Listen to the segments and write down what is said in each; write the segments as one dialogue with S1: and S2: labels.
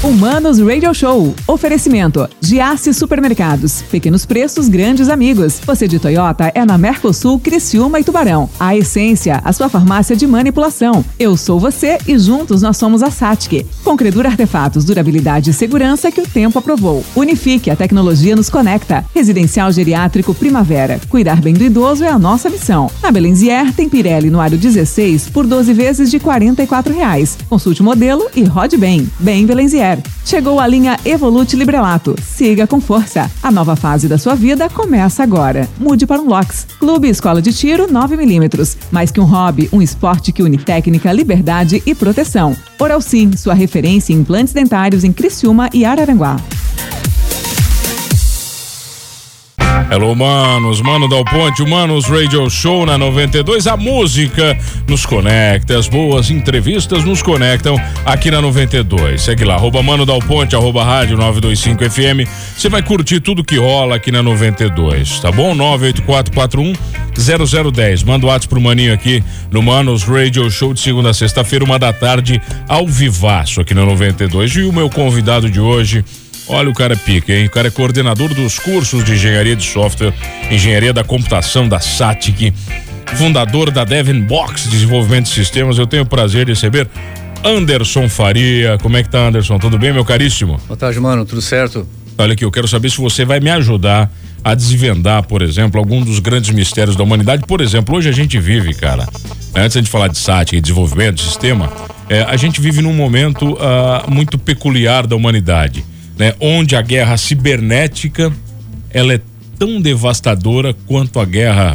S1: Humanos Radio Show. Oferecimento. Giasse Supermercados. Pequenos preços, grandes amigos. Você de Toyota é na Mercosul, Criciúma e Tubarão. A Essência, a sua farmácia de manipulação. Eu sou você e juntos nós somos a Satic. Com Credura Artefatos, durabilidade e segurança que o tempo aprovou. Unifique, a tecnologia nos conecta. Residencial Geriátrico Primavera. Cuidar bem do idoso é a nossa missão. Na Belenzier tem Pirelli no aro 16 por 12 vezes de R$ 44,00. Consulte o modelo e rode bem. Bem Belenzier. Chegou a linha Evolute Librelato. Siga com força. A nova fase da sua vida começa agora. Mude para um LOX. Clube Escola de Tiro 9mm. Mais que um hobby, um esporte que une técnica, liberdade e proteção. Oral Sim, sua referência em implantes dentários em Criciúma e Araranguá.
S2: Hello, manos, Mano Dal Ponte, Humanos Radio Show na 92. A música nos conecta, as boas entrevistas nos conectam aqui na 92. Segue lá, @Mano Dal Ponte, @Rádio 925 FM. Você vai curtir tudo que rola aqui na 92, tá bom? 984410010. Manda o WhatsApp pro maninho aqui no Manos Radio Show de segunda a sexta-feira, 1h, ao vivaço aqui na 92. E o meu convidado de hoje, olha, o cara é pica, hein? O cara é coordenador dos cursos de engenharia de software, engenharia da computação da Satic, fundador da Devinbox, desenvolvimento de sistemas. Eu tenho o prazer de receber Anderson Faria. Como é que tá, Anderson? Tudo bem, meu caríssimo?
S3: Boa tarde, mano. Tudo certo?
S2: Olha aqui, eu quero saber se você vai me ajudar a desvendar, por exemplo, algum dos grandes mistérios da humanidade. Por exemplo, hoje a gente vive, cara, antes de falar de Satic, desenvolvimento de sistema, a gente vive num momento muito peculiar da humanidade, né? Onde a guerra cibernética ela é tão devastadora quanto a guerra,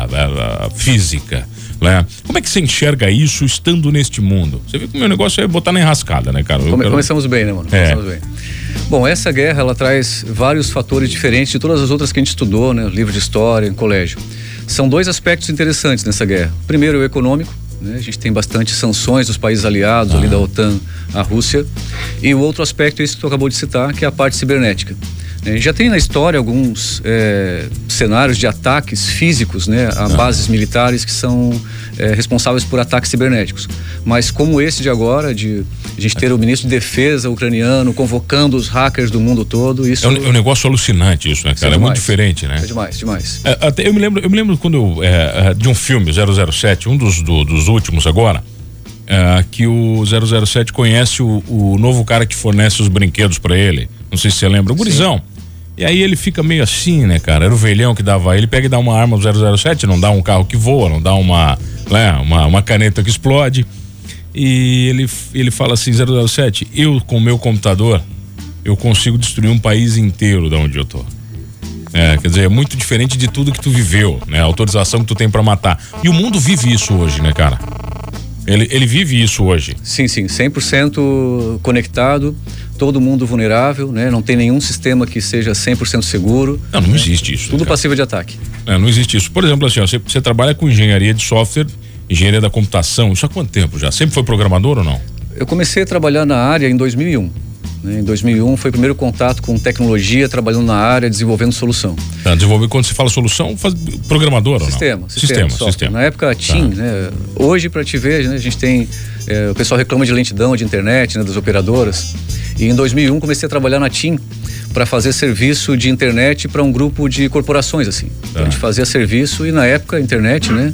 S2: a física, né? Como é que você enxerga isso estando neste mundo? Você vê que o meu negócio é botar na enrascada, né, cara?
S3: Começamos bem, né, mano? Começamos bem. Bom, essa guerra, ela traz vários fatores diferentes de todas as outras que a gente estudou, né? Livro de história, em colégio. São dois aspectos interessantes nessa guerra. Primeiro, o econômico, né? A gente tem bastante sanções dos países aliados, ali da OTAN, a Rússia. E o outro aspecto é isso que tu acabou de citar, que é a parte cibernética. Já tem na história alguns cenários de ataques físicos, né, a bases militares que são responsáveis por ataques cibernéticos. Mas como esse de agora, de a gente ter o ministro de defesa ucraniano convocando os hackers do mundo todo, isso...
S2: É um negócio alucinante isso, né, cara? É muito diferente, né?
S3: É demais.
S2: Eu me lembro quando de um filme, 007, um dos últimos agora, que o 007 conhece o novo cara que fornece os brinquedos pra ele. Não sei se você lembra, o gurizão. E aí ele fica meio assim, né, cara? Era o velhão que dava. Ele pega e dá uma arma ao 007, não dá um carro que voa, não dá uma caneta que explode. E ele fala assim: 007, eu com o meu computador, eu consigo destruir um país inteiro de onde eu tô. Quer dizer, é muito diferente de tudo que tu viveu, né? A autorização que tu tem pra matar. E o mundo vive isso hoje, né, cara? Ele vive isso hoje.
S3: Sim, 100% conectado, todo mundo vulnerável, né? Não tem nenhum sistema que seja 100% seguro.
S2: Não existe isso.
S3: Tudo passivo de ataque.
S2: Não existe isso. Por exemplo, assim, você trabalha com engenharia de software, engenharia da computação, isso há quanto tempo já? Sempre foi programador ou não?
S3: Eu comecei a trabalhar na área em 2001. Em 2001 foi o primeiro contato com tecnologia, trabalhando na área, desenvolvendo solução.
S2: Desenvolver, quando você fala solução, programador ou não? Sistema.
S3: Na época TIM, né? Hoje, para te ver, né, a gente tem, o pessoal reclama de lentidão de internet, né, das operadoras. E em 2001 comecei a trabalhar na TIM para fazer serviço de internet para um grupo de corporações, assim. Então, a gente fazia serviço e na época a internet, né,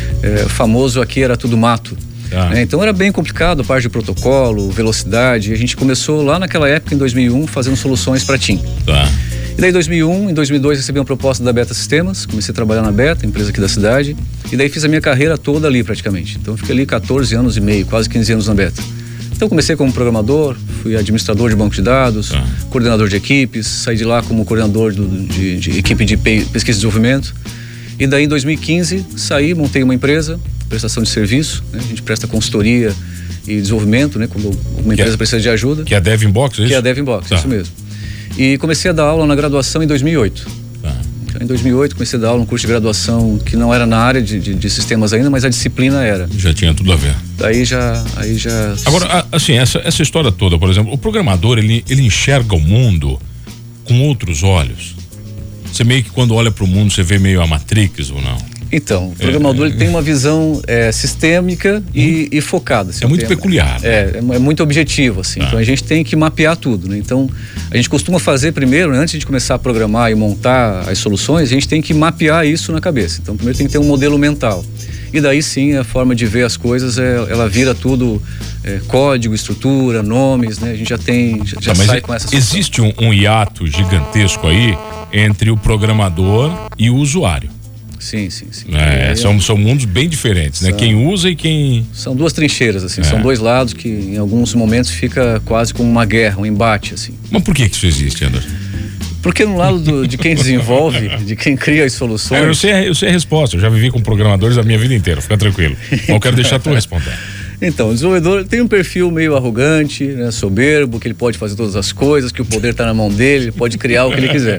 S3: famoso aqui era tudo mato. Então era bem complicado a parte de protocolo, velocidade, e a gente começou lá naquela época, em 2001, fazendo soluções para TIM. E daí em 2002 recebi uma proposta da Beta Sistemas, comecei a trabalhar na Beta, empresa aqui da cidade, e daí fiz a minha carreira toda ali praticamente. Então fiquei ali 14 anos e meio, quase 15 anos na Beta. Então comecei como programador, fui administrador de banco de dados, coordenador de equipes, saí de lá como coordenador de equipe de pesquisa e desenvolvimento. E daí em 2015 saí, montei uma empresa, prestação de serviço, né? A gente presta consultoria e desenvolvimento, né? Quando uma empresa precisa de ajuda.
S2: Que é a Devinbox, é isso?
S3: Que é a Devinbox, isso mesmo. E comecei a dar aula na graduação em 2008. Em 2008 comecei a dar aula num curso de graduação que não era na área de sistemas ainda, mas a disciplina era. Já
S2: tinha tudo a ver.
S3: Aí já...
S2: Agora, assim, essa história toda, por exemplo, o programador, ele enxerga o mundo com outros olhos. Você meio que quando olha pro mundo, você vê meio a Matrix ou não?
S3: Então, o programador ele tem uma visão sistêmica e focada. Assim,
S2: é muito peculiar.
S3: É muito objetivo, assim. Então a gente tem que mapear tudo, né? Então a gente costuma fazer primeiro, né, antes de começar a programar e montar as soluções, a gente tem que mapear isso na cabeça. Então primeiro tem que ter um modelo mental. E daí sim a forma de ver as coisas, ela vira tudo código, estrutura, nomes, né? A gente já sai com essa solução.
S2: Existe um hiato gigantesco aí entre o programador e o usuário.
S3: Sim.
S2: São mundos bem diferentes, né? Quem usa e quem...
S3: São duas trincheiras, assim, são dois lados que em alguns momentos fica quase como uma guerra, um embate, assim.
S2: Mas por que isso existe, Anderson?
S3: Porque no lado de quem desenvolve, de quem cria as soluções...
S2: Eu sei a resposta, eu já vivi com programadores a minha vida inteira, fica tranquilo. Eu quero deixar tu responder.
S3: Então, o desenvolvedor tem um perfil meio arrogante, né, soberbo, que ele pode fazer todas as coisas, que o poder está na mão dele, ele pode criar o que ele quiser.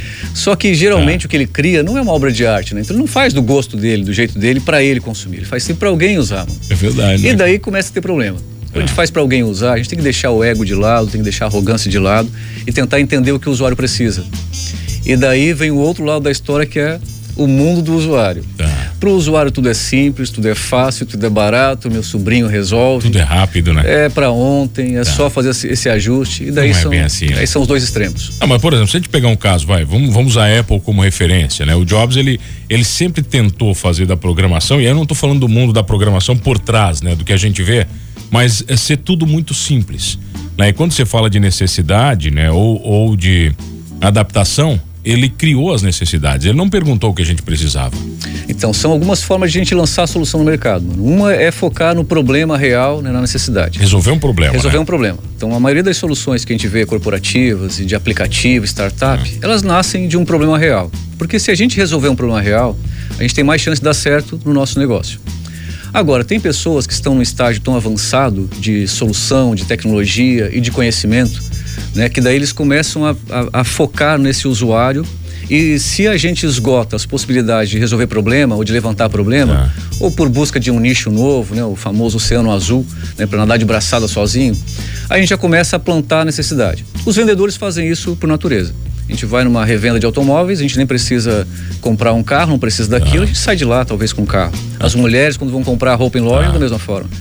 S3: Só que geralmente o que ele cria não é uma obra de arte, né? Então ele não faz do gosto dele, do jeito dele, para ele consumir. Ele faz sempre para alguém usar. Mano.
S2: É verdade.
S3: E daí começa a ter problema. Quando a gente faz para alguém usar, a gente tem que deixar o ego de lado, tem que deixar a arrogância de lado e tentar entender o que o usuário precisa. E daí vem o outro lado da história, que é o mundo do usuário. Para o usuário tudo é simples, tudo é fácil, tudo é barato, meu sobrinho resolve.
S2: Tudo é rápido, né?
S3: É para ontem, só fazer esse ajuste. E daí
S2: não é bem assim, né?
S3: Aí são os dois extremos.
S2: Não, mas por exemplo, se a gente pegar um caso, vamos usar a Apple como referência, né? O Jobs, ele sempre tentou fazer da programação, e eu não estou falando do mundo da programação por trás, né? Do que a gente vê, mas é ser tudo muito simples, né? E quando você fala de necessidade, né? Ou de adaptação, ele criou as necessidades, ele não perguntou o que a gente precisava.
S3: Então, são algumas formas de a gente lançar a solução no mercado. Uma é focar no problema real, né, na necessidade.
S2: Resolver um problema.
S3: Um problema. Então, a maioria das soluções que a gente vê corporativas e de aplicativo, startup, elas nascem de um problema real. Porque se a gente resolver um problema real, a gente tem mais chance de dar certo no nosso negócio. Agora, tem pessoas que estão num estágio tão avançado de solução, de tecnologia e de conhecimento, né, que daí eles começam a focar nesse usuário, e se a gente esgota as possibilidades de resolver problema ou de levantar problema, ou por busca de um nicho novo, né, o famoso oceano azul, né, para nadar de braçada sozinho, a gente já começa a plantar a necessidade. Os vendedores fazem isso por natureza. A gente vai numa revenda de automóveis, a gente nem precisa comprar um carro, não precisa daquilo, a gente sai de lá talvez com um carro. As mulheres, quando vão comprar roupa em loja, da mesma forma.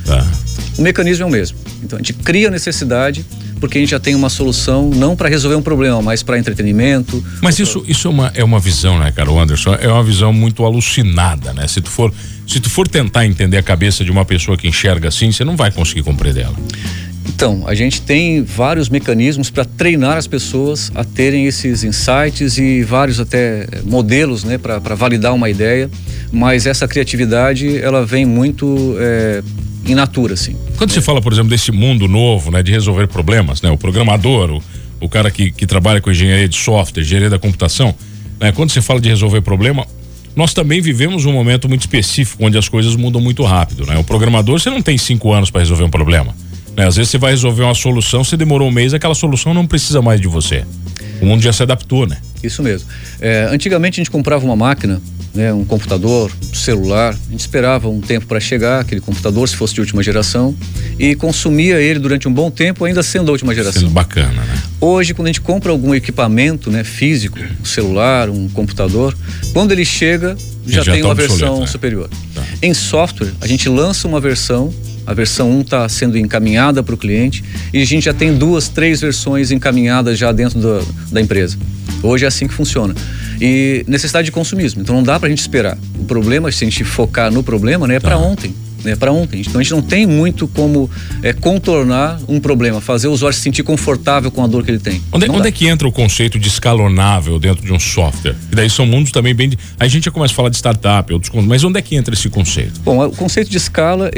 S3: O mecanismo é o mesmo. Então a gente cria necessidade porque a gente já tem uma solução não para resolver um problema, mas para entretenimento.
S2: Mas isso é uma visão, né, cara, Anderson? É uma visão muito alucinada, né? Se tu for tentar entender a cabeça de uma pessoa que enxerga assim, você não vai conseguir compreender ela.
S3: Então, a gente tem vários mecanismos para treinar as pessoas a terem esses insights e vários até modelos, né, para validar uma ideia, mas essa criatividade, ela vem muito in natura, assim.
S2: Quando você fala, por exemplo, desse mundo novo, né, de resolver problemas, né, o programador, o cara que trabalha com engenharia de software, engenharia da computação, né, quando você fala de resolver problema, nós também vivemos um momento muito específico onde as coisas mudam muito rápido, né? O programador, você não tem 5 anos para resolver um problema. Às vezes você vai resolver uma solução, você demorou um mês, aquela solução não precisa mais de você. O mundo já se adaptou, né?
S3: Isso mesmo. Antigamente a gente comprava uma máquina, né, um computador, um celular, a gente esperava um tempo para chegar, aquele computador, se fosse de última geração, e consumia ele durante um bom tempo, ainda sendo da última geração.
S2: Sendo bacana, né?
S3: Hoje, quando a gente compra algum equipamento, né, físico, um celular, um computador, quando ele chega, já tem uma versão superior. Em software, a gente lança uma versão, a versão 1 está sendo encaminhada para o cliente e a gente já tem 2, 3 versões encaminhadas já dentro da empresa. Hoje é assim que funciona. E necessidade de consumismo, então não dá para a gente esperar. O problema, se a gente focar no problema, né, é para ontem. Para ontem. Então a gente não tem muito como contornar um problema, fazer o usuário se sentir confortável com a dor que ele tem.
S2: Onde é que entra o conceito de escalonável dentro de um software? E daí são mundos também bem... Aí a gente já começa a falar de startup, outros contos, mas onde é que entra esse conceito?
S3: Bom, o conceito de escala,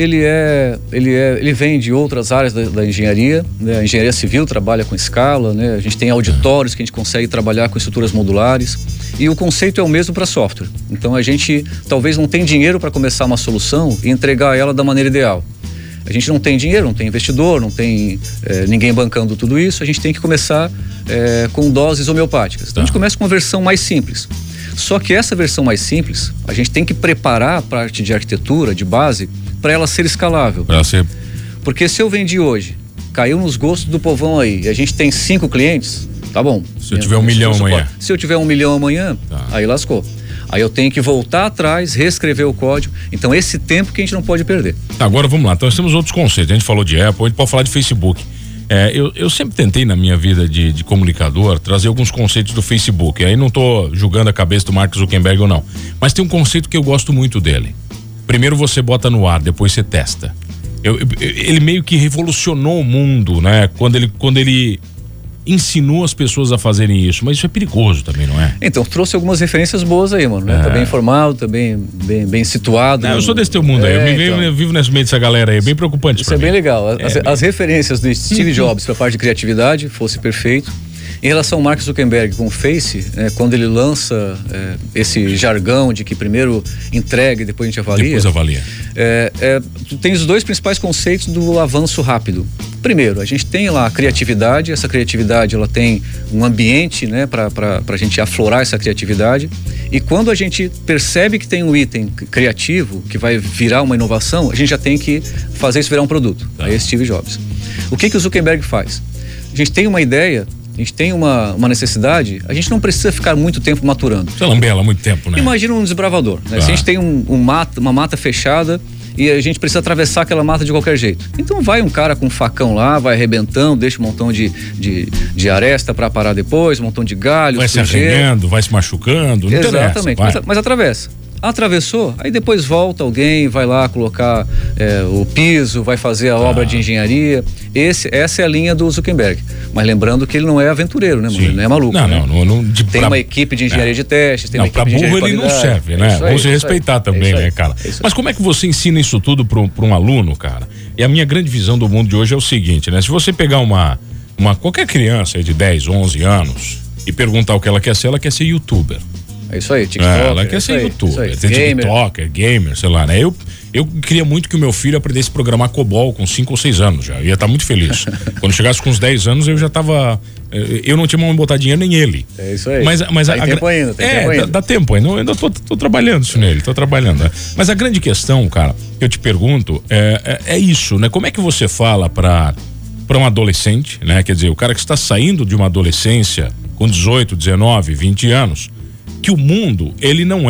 S3: ele vem de outras áreas da engenharia, né? A engenharia civil trabalha com escala, né? A gente tem auditórios que a gente consegue trabalhar com estruturas modulares, e o conceito é o mesmo para software. Então a gente talvez não tem dinheiro para começar uma solução e entregar ela da maneira ideal. A gente não tem dinheiro, não tem investidor, não tem ninguém bancando tudo isso, a gente tem que começar com doses homeopáticas. Então a gente começa com uma versão mais simples. Só que essa versão mais simples, a gente tem que preparar a parte de arquitetura, de base, para ela ser escalável. Porque se eu vendi hoje, caiu nos gostos do povão aí, e a gente tem 5 clientes, tá bom.
S2: Se eu tiver 1 milhão amanhã.
S3: Se eu tiver 1 milhão amanhã, aí lascou. Aí eu tenho que voltar atrás, reescrever o código. Então esse tempo que a gente não pode perder.
S2: Agora vamos lá, então nós temos outros conceitos. A gente falou de Apple, a gente pode falar de Facebook. Eu sempre tentei na minha vida de comunicador trazer alguns conceitos do Facebook. Aí não estou julgando a cabeça do Mark Zuckerberg ou não. Mas tem um conceito que eu gosto muito dele. Primeiro você bota no ar, depois você testa. Ele meio que revolucionou o mundo, né? Quando ele ensinou as pessoas a fazerem isso, mas isso é perigoso também, não é?
S3: Então, trouxe algumas referências boas aí, mano, né? Tá bem informado, tá bem situado.
S2: Não, eu sou desse teu mundo aí, eu vivo nesse meio dessa galera aí, é bem preocupante.
S3: Isso é bem legal. As referências do Steve Jobs pra parte de criatividade, fosse perfeito. Em relação ao Mark Zuckerberg com o Face, quando ele lança esse jargão de que primeiro entrega e depois a gente avalia.
S2: Depois avalia.
S3: Tu tem os dois principais conceitos do avanço rápido. Primeiro, a gente tem lá a criatividade, essa criatividade ela tem um ambiente, né, para a gente aflorar essa criatividade. E quando a gente percebe que tem um item criativo que vai virar uma inovação, a gente já tem que fazer isso virar um produto. Aí é Steve Jobs. O que o Zuckerberg faz? A gente tem uma ideia, a gente tem uma necessidade, a gente não precisa ficar muito tempo maturando.
S2: Você lambela muito tempo, né?
S3: Imagina um desbravador, né? Se a gente tem uma mata fechada e a gente precisa atravessar aquela mata de qualquer jeito. Então vai um cara com um facão lá, vai arrebentando, deixa um montão de aresta para parar depois, um montão de galho,
S2: vai se arranhando, vai se machucando, não
S3: exatamente, mas atravessa. Atravessou, aí depois volta alguém, vai lá colocar o piso, vai fazer a obra de engenharia. Essa é a linha do Zuckerberg. Mas lembrando que ele não é aventureiro, né, mano? Ele não é maluco. Tem uma equipe de engenharia de testes, tem uma equipe de engenharia de qualidade.
S2: Ele não serve, né? Vamos se respeitar também, né, cara? Mas como é que você ensina isso tudo para um aluno, cara? E a minha grande visão do mundo de hoje é o seguinte, né? Se você pegar qualquer criança aí de 10, 11 anos e perguntar o que ela quer ser youtuber.
S3: É isso aí, TikTok.
S2: Ela quer ser youtuber, TikToker, gamer, sei lá, né? Eu queria muito que o meu filho aprendesse a programar COBOL com 5 ou 6 anos já. Eu ia estar muito feliz. Quando chegasse com uns 10 anos, eu já tava. Eu não tinha como botar dinheiro, nem ele.
S3: É isso aí.
S2: Tem
S3: tempo ainda, tempo ainda.
S2: Dá tempo ainda. Eu ainda tô trabalhando isso nele, tô trabalhando. Né? Mas a grande questão, cara, que eu te pergunto é isso, né? Como é que você fala para um adolescente, né? Quer dizer, o cara que está saindo de uma adolescência com 18, 19, 20 anos. Que o mundo, ele não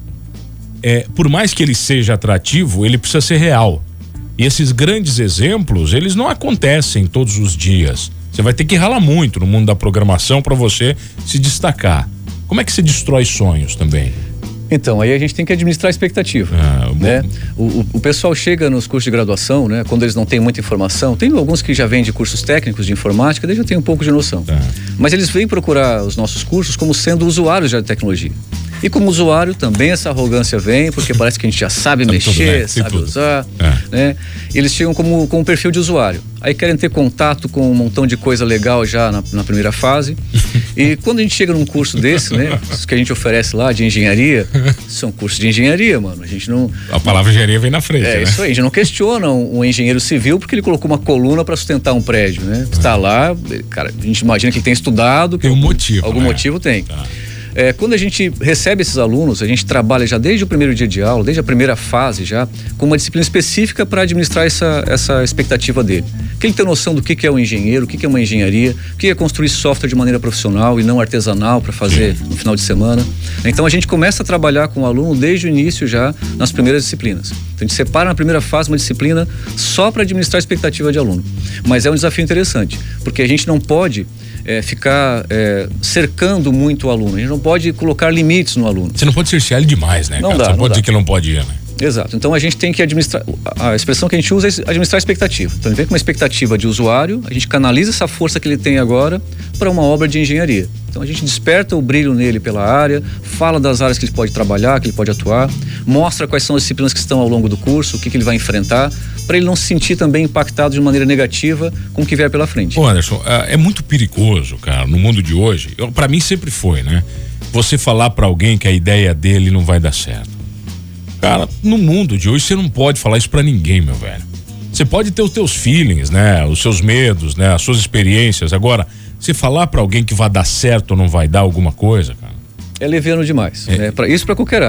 S2: por mais que ele seja atrativo, ele precisa ser real. E esses grandes exemplos, eles não acontecem todos os dias. Você vai ter que ralar muito no mundo da programação para você se destacar. Como é que você destrói sonhos também?
S3: Então, aí a gente tem que administrar a expectativa, né? O pessoal chega nos cursos de graduação, né? Quando eles não têm muita informação, tem alguns que já vêm de cursos técnicos de informática, daí já tem um pouco de noção. Mas eles vêm procurar os nossos cursos como sendo usuários de tecnologia. E como usuário também essa arrogância vem, porque parece que a gente já sabe mexer, tudo, né? Sabe usar, né? Eles chegam com um perfil de usuário. Aí querem ter contato com um montão de coisa legal já na primeira fase. E quando a gente chega num curso desse, né? Os que a gente oferece lá de engenharia, são cursos de engenharia, mano. A gente não...
S2: A palavra engenharia vem na frente, né?
S3: Isso aí, a gente não questiona um engenheiro civil porque ele colocou uma coluna para sustentar um prédio, né? Está lá, cara, a gente imagina que ele tem estudado.
S2: Tem um motivo,
S3: algum motivo tem. Quando a gente recebe esses alunos, a gente trabalha já desde o primeiro dia de aula, desde a primeira fase já, com uma disciplina específica para administrar essa expectativa dele. Que ele tem noção do que é um engenheiro, o que é uma engenharia, o que é construir software de maneira profissional e não artesanal para fazer no final de semana. Então a gente começa a trabalhar com o aluno desde o início já nas primeiras disciplinas. Então a gente separa na primeira fase uma disciplina só para administrar a expectativa de aluno. Mas é um desafio interessante, porque a gente não pode ficar cercando muito o aluno. A gente não pode colocar limites no aluno.
S2: Você não pode cercear ele demais, né?
S3: Não
S2: cara?
S3: dá,
S2: Você
S3: não
S2: pode
S3: dá.
S2: dizer que ele não pode ir, né?
S3: Exato. Então a gente tem que administrar. A expressão que a gente usa é administrar a expectativa. Então ele vem com uma expectativa de usuário, a gente canaliza essa força que ele tem agora para uma obra de engenharia. Então a gente desperta o brilho nele pela área, fala das áreas que ele pode trabalhar, que ele pode atuar, mostra quais são as disciplinas que estão ao longo do curso, o que ele vai enfrentar, para ele não se sentir também impactado de maneira negativa com o que vier pela frente.
S2: Ô Anderson, é muito perigoso, cara, no mundo de hoje. Para mim sempre foi, né? Você falar para alguém que a ideia dele não vai dar certo. Cara, no mundo de hoje você não pode falar isso pra ninguém, meu velho. Você pode ter os teus feelings, né? Os seus medos, né? As suas experiências. Agora, você falar pra alguém que vai dar certo ou não vai dar alguma coisa, cara.
S3: É leviano demais, né? Isso pra qualquer área.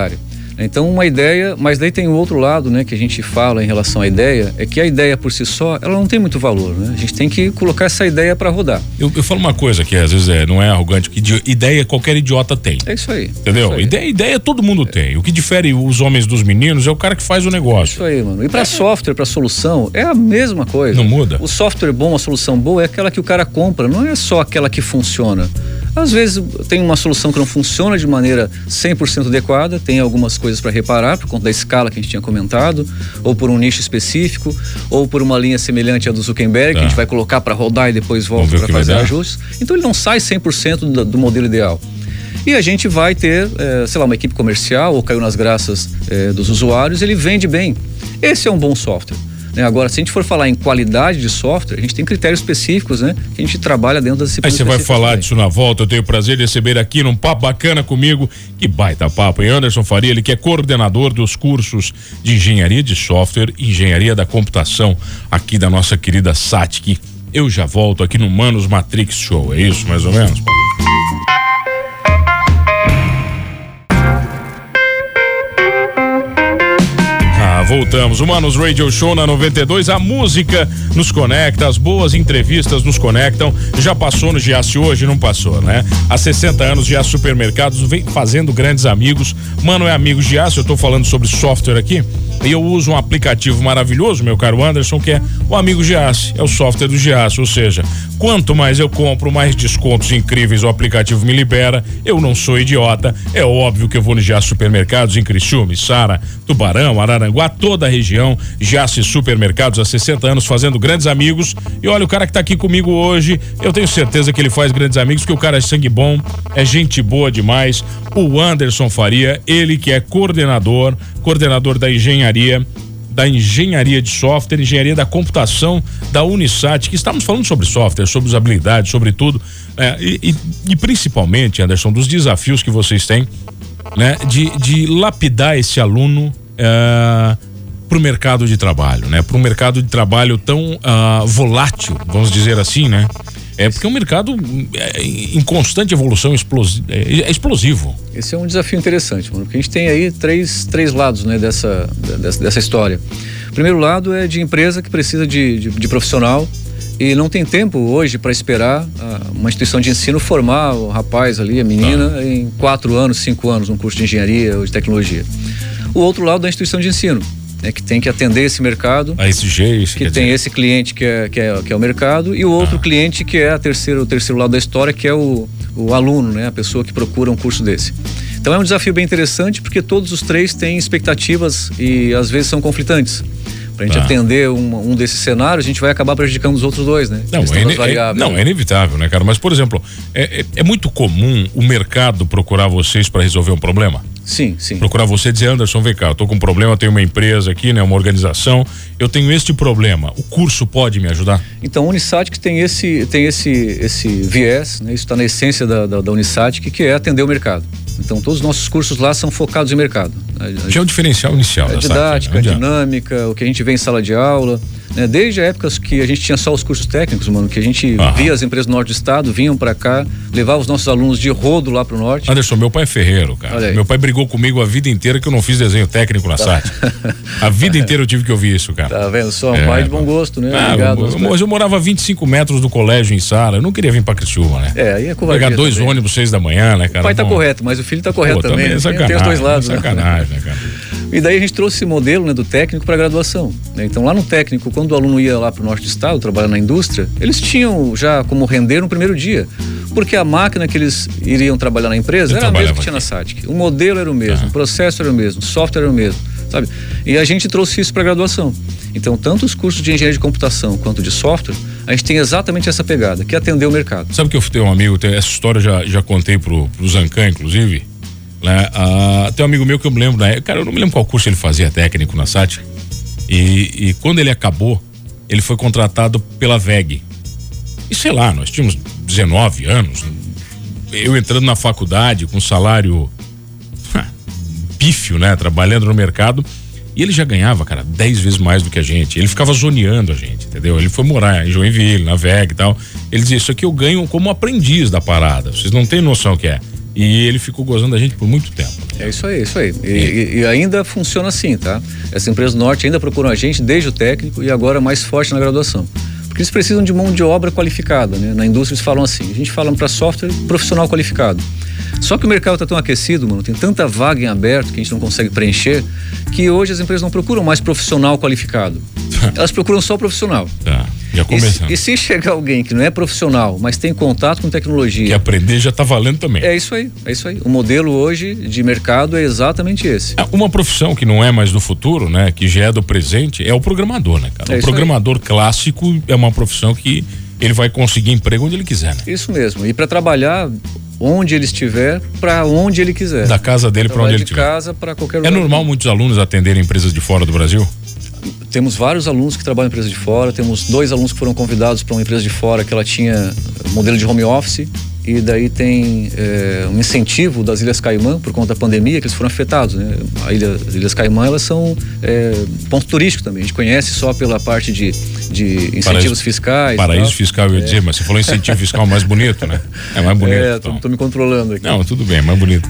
S3: Então uma ideia, mas daí tem o outro lado, né, que a gente fala em relação à ideia, é que a ideia por si só, ela não tem muito valor, né? A gente tem que colocar essa ideia para rodar.
S2: Eu falo uma coisa que às vezes não é arrogante, que ideia qualquer idiota tem.
S3: É isso aí.
S2: Entendeu?
S3: Isso aí.
S2: Ideia todo mundo tem. O que difere os homens dos meninos é o cara que faz o negócio.
S3: Isso aí, mano. E para software, para solução, é a mesma coisa.
S2: Não muda.
S3: O software bom, a solução boa é aquela que o cara compra, não é só aquela que funciona. Às vezes tem uma solução que não funciona de maneira 100% adequada, tem algumas coisas para reparar por conta da escala que a gente tinha comentado, ou por um nicho específico, ou por uma linha semelhante à do Zuckerberg, que a gente vai colocar para rodar e depois volta para fazer ajustes. Então ele não sai 100% do modelo ideal. E a gente vai ter, sei lá, uma equipe comercial, ou caiu nas graças dos usuários, ele vende bem. Esse é um bom software. Agora, se a gente for falar em qualidade de software, a gente tem critérios específicos, né? Que a gente trabalha dentro das disciplinas.
S2: Aí você vai falar disso na volta. Eu tenho o prazer de receber aqui num papo bacana comigo. Que baita papo, hein? Anderson Faria, ele que é coordenador dos cursos de engenharia de software e engenharia da computação aqui da nossa querida SATIC. Eu já volto aqui no Manos Matrix Show, é isso mais ou menos? Voltamos, o Manos Radio Show na 92, a música nos conecta, as boas entrevistas nos conectam. Já passou no Giasse hoje, não passou, né? Há 60 anos Giasse Supermercados vem fazendo grandes amigos. Mano é amigo Giasse, eu tô falando sobre software aqui. E eu uso um aplicativo maravilhoso, meu caro Anderson, que é o Amigo Giasse, é o software do Giasse, ou seja, quanto mais eu compro, mais descontos incríveis o aplicativo me libera. Eu não sou idiota, é óbvio que eu vou no Giasse Supermercados em Criciúma, Sara, Tubarão, Araranguá, toda a região. Giasse Supermercados há 60 anos fazendo grandes amigos. E olha, o cara que tá aqui comigo hoje, eu tenho certeza que ele faz grandes amigos, porque o cara é sangue bom, é gente boa demais. O Anderson Faria, ele que é coordenador da engenharia de software, engenharia da computação da Unisat, que estamos falando sobre software, sobre usabilidade, sobre tudo, e principalmente, Anderson, dos desafios que vocês têm, né, de lapidar esse aluno para o mercado de trabalho, né, para um mercado de trabalho tão volátil, vamos dizer assim, né? Porque é um mercado em constante evolução, explosivo.
S3: Esse é um desafio interessante, mano, porque a gente tem aí três lados, né, dessa história. O primeiro lado é de empresa que precisa de profissional e não tem tempo hoje para esperar uma instituição de ensino formar o rapaz ali, a menina, em 4 anos, 5 anos, um curso de engenharia ou de tecnologia. O outro lado da instituição de ensino, que tem que atender esse mercado, que tem esse cliente que é o mercado, e o outro cliente que é o terceiro lado da história, que é o aluno, né? A pessoa que procura um curso desse. Então é um desafio bem interessante, porque todos os três têm expectativas e às vezes são conflitantes. Pra gente atender um desses cenários, a gente vai acabar prejudicando os outros dois, né?
S2: É inevitável, né, cara? Mas, por exemplo, é muito comum o mercado procurar vocês para resolver um problema?
S3: Sim.
S2: Procurar você e dizer, Anderson, vem cá, eu tô com um problema, eu tenho uma empresa aqui, né, uma organização, eu tenho este problema, o curso pode me ajudar? Então,
S3: a Unisatic tem esse viés, né? Isso está na essência da Unisatic, que é atender o mercado. Então, todos os nossos cursos lá são focados em mercado.
S2: Que é o diferencial inicial da
S3: didática, a dinâmica, o que a gente vê em sala de aula, né? Desde épocas que a gente tinha só os cursos técnicos, mano, que a gente via as empresas do norte do estado, vinham pra cá, levavam os nossos alunos de rodo lá pro norte.
S2: Anderson, meu pai é ferreiro, cara. Meu pai brigou comigo a vida inteira que eu não fiz desenho técnico na SAT. A vida inteira eu tive que ouvir isso, cara.
S3: Tá vendo? Só um pai de bom gosto, né?
S2: Mas eu morava a 25 metros do colégio em Sara, eu não queria vir pra Criciúma, né?
S3: Aí é covardia.
S2: Pegar 2 ônibus 6 da manhã, né, cara?
S3: O pai tá correto, mas o filho tá correto também.
S2: É sacanagem,
S3: tem os dois lados.
S2: Sacanagem, né, cara?
S3: E daí a gente trouxe esse modelo, né, do técnico para graduação, né? Então lá no técnico, quando o aluno ia lá para o norte do estado trabalhar na indústria, eles tinham já como render no primeiro dia, porque a máquina que eles iriam trabalhar na empresa era a mesma que tinha na SATIC. O modelo era o mesmo, o processo era o mesmo, o software era o mesmo, sabe? E a gente trouxe isso para graduação. Então, tanto os cursos de engenharia de computação quanto de software, a gente tem exatamente essa pegada, que é atender o mercado.
S2: Sabe que eu tenho um amigo, essa história já contei pro Zancan, inclusive, né? Tem um amigo meu que eu me lembro, né? Cara, eu não me lembro qual curso ele fazia técnico na SAT. E quando ele acabou, ele foi contratado pela VEG. E sei lá, nós tínhamos 19 anos. Eu entrando na faculdade com salário pífio, né? Trabalhando no mercado. E ele já ganhava, cara, 10 vezes mais do que a gente. Ele ficava zoneando a gente, entendeu? Ele foi morar em Joinville, na VEG e tal. Ele dizia, isso aqui eu ganho como aprendiz da parada. Vocês não têm noção o que é. E ele ficou gozando da gente por muito tempo.
S3: É isso aí. E ainda funciona assim, tá? Essa empresa do Norte ainda procura a gente desde o técnico e agora mais forte na graduação. Porque eles precisam de mão de obra qualificada, né? Na indústria eles falam assim, a gente fala para software profissional qualificado. Só que o mercado está tão aquecido, mano, tem tanta vaga em aberto que a gente não consegue preencher, que hoje as empresas não procuram mais profissional qualificado. Elas procuram só profissional.
S2: Tá, já começamos.
S3: E se chegar alguém que não é profissional, mas tem contato com tecnologia...
S2: Que aprender já está valendo também.
S3: É isso aí. O modelo hoje de mercado é exatamente esse.
S2: Uma profissão que não é mais do futuro, né, que já é do presente, é o programador, né, cara? O programador clássico é uma profissão que ele vai conseguir emprego onde ele quiser, né?
S3: Isso mesmo. E para trabalhar onde ele estiver, para onde ele quiser.
S2: Da casa dele para onde ele estiver.
S3: De casa para qualquer lugar.
S2: É normal muitos alunos atenderem empresas de fora do Brasil?
S3: Temos vários alunos que trabalham em empresas de fora, temos 2 alunos que foram convidados para uma empresa de fora que ela tinha modelo de home office, e daí tem um incentivo das Ilhas Caimã por conta da pandemia, que eles foram afetados, né? As Ilhas Caimã, elas são ponto turístico também, a gente conhece só pela parte de incentivos fiscais.
S2: Paraíso fiscal, eu ia dizer, mas você falou incentivo fiscal mais bonito, né? É mais bonito.
S3: Tô me controlando aqui.
S2: Não, tudo bem, é mais bonito.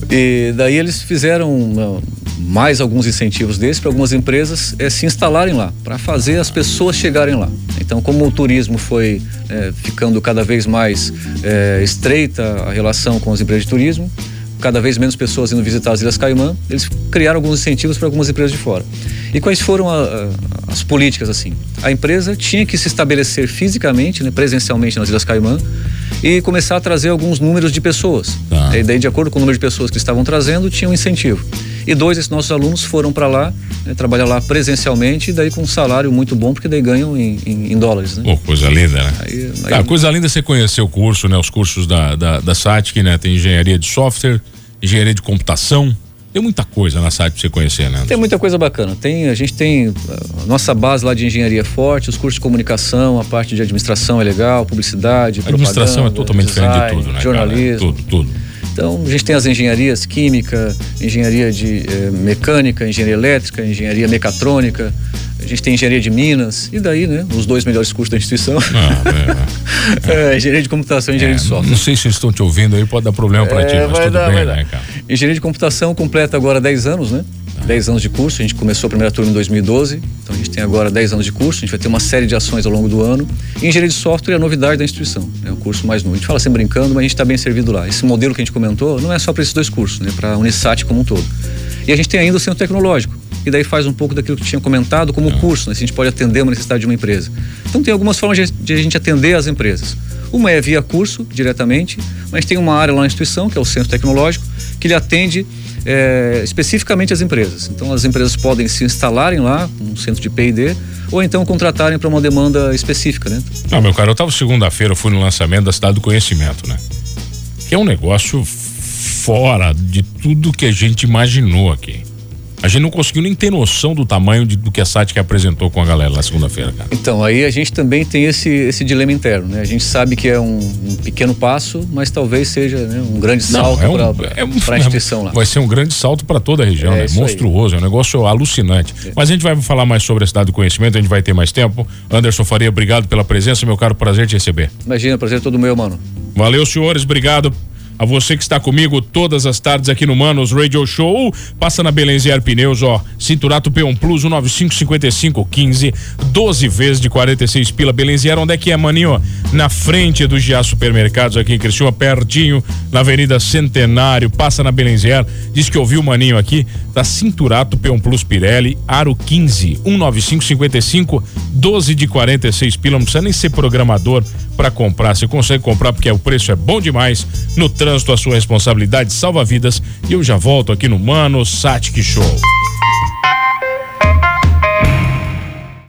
S3: E daí eles fizeram mais alguns incentivos desses para algumas empresas se instalarem lá, para fazer as pessoas chegarem lá. Então, como o turismo foi ficando cada vez mais estreita a relação com as empresas de turismo, cada vez menos pessoas indo visitar as Ilhas Caimã, eles criaram alguns incentivos para algumas empresas de fora. E quais foram as políticas assim? A empresa tinha que se estabelecer fisicamente, né, presencialmente nas Ilhas Caimã, e começar a trazer alguns números de pessoas. E daí, de acordo com o número de pessoas que estavam trazendo, tinha um incentivo. E 2 desses nossos alunos foram para lá, né, trabalhar lá presencialmente, e daí com um salário muito bom, porque daí ganham em dólares, né?
S2: Pô, coisa linda, né? Coisa linda é você conhecer o curso, né? Os cursos da SATIC, né? Tem engenharia de software, engenharia de computação. Tem muita coisa na SATIC pra você conhecer, né?
S3: Tem muita coisa bacana. A gente tem a nossa base lá de engenharia forte, os cursos de comunicação, a parte de administração é legal, publicidade,
S2: administração é totalmente diferente de tudo, né?
S3: Jornalismo.
S2: Cara? Tudo.
S3: Então, a gente tem as engenharias química, engenharia de mecânica, engenharia elétrica, engenharia mecatrônica, a gente tem engenharia de Minas, e daí, né, os 2 melhores cursos da instituição. Engenharia de computação e engenharia de software.
S2: Não sei se eles estão te ouvindo aí, pode dar problema pra ti, mas tudo bem, né, cara?
S3: Engenharia de computação completa agora 10 anos, né? 10 anos de curso, a gente começou a primeira turma em 2012, então a gente tem agora 10 anos de curso, a gente vai ter uma série de ações ao longo do ano. E engenharia de software é a novidade da instituição, é o curso mais novo. A gente fala sempre brincando, mas a gente está bem servido lá. Esse modelo que a gente comentou não é só para esses 2 cursos, né? Para a Unisat como um todo. E a gente tem ainda o centro tecnológico, e daí faz um pouco daquilo que eu tinha comentado como curso, né? Se a gente pode atender uma necessidade de uma empresa. Então tem algumas formas de a gente atender as empresas. Uma é via curso, diretamente, mas tem uma área lá na instituição, que é o centro tecnológico, que ele atende especificamente as empresas. Então as empresas podem se instalarem lá, um centro de P&D, ou então contratarem para uma demanda específica, né?
S2: Não, meu cara, eu tava segunda-feira, eu fui no lançamento da Cidade do Conhecimento, né? Que é um negócio fora de tudo que a gente imaginou aqui. A gente não conseguiu nem ter noção do tamanho do que a SATIC apresentou com a galera lá segunda-feira, cara.
S3: Então, aí a gente também tem esse dilema interno, né? A gente sabe que é um pequeno passo, mas talvez seja, né, um grande salto para a instituição lá.
S2: Vai ser um grande salto para toda a região, né? Monstruoso, é um negócio alucinante. Mas a gente vai falar mais sobre a Cidade do Conhecimento, a gente vai ter mais tempo. Anderson Faria, obrigado pela presença, meu caro, prazer te receber.
S3: Imagina, prazer é todo meu, mano.
S2: Valeu, senhores, obrigado. A você que está comigo todas as tardes aqui no Manos Radio Show, passa na Belenzier Pneus, ó, Cinturato P1 Plus, 1955515, 12 vezes de 46 pila. Belenzier, onde é que é, maninho? Na frente do Giá Supermercados aqui em Criciúma, pertinho, na Avenida Centenário. Passa na Belenzier, diz que ouviu o maninho aqui, tá Cinturato P1 Plus Pirelli, aro 15, 19555, 12 de 46 pila. Não precisa nem ser programador para comprar, você consegue comprar porque o preço é bom demais. No trânsito, a sua responsabilidade salva vidas. E eu já volto aqui no Mano SATIC Show.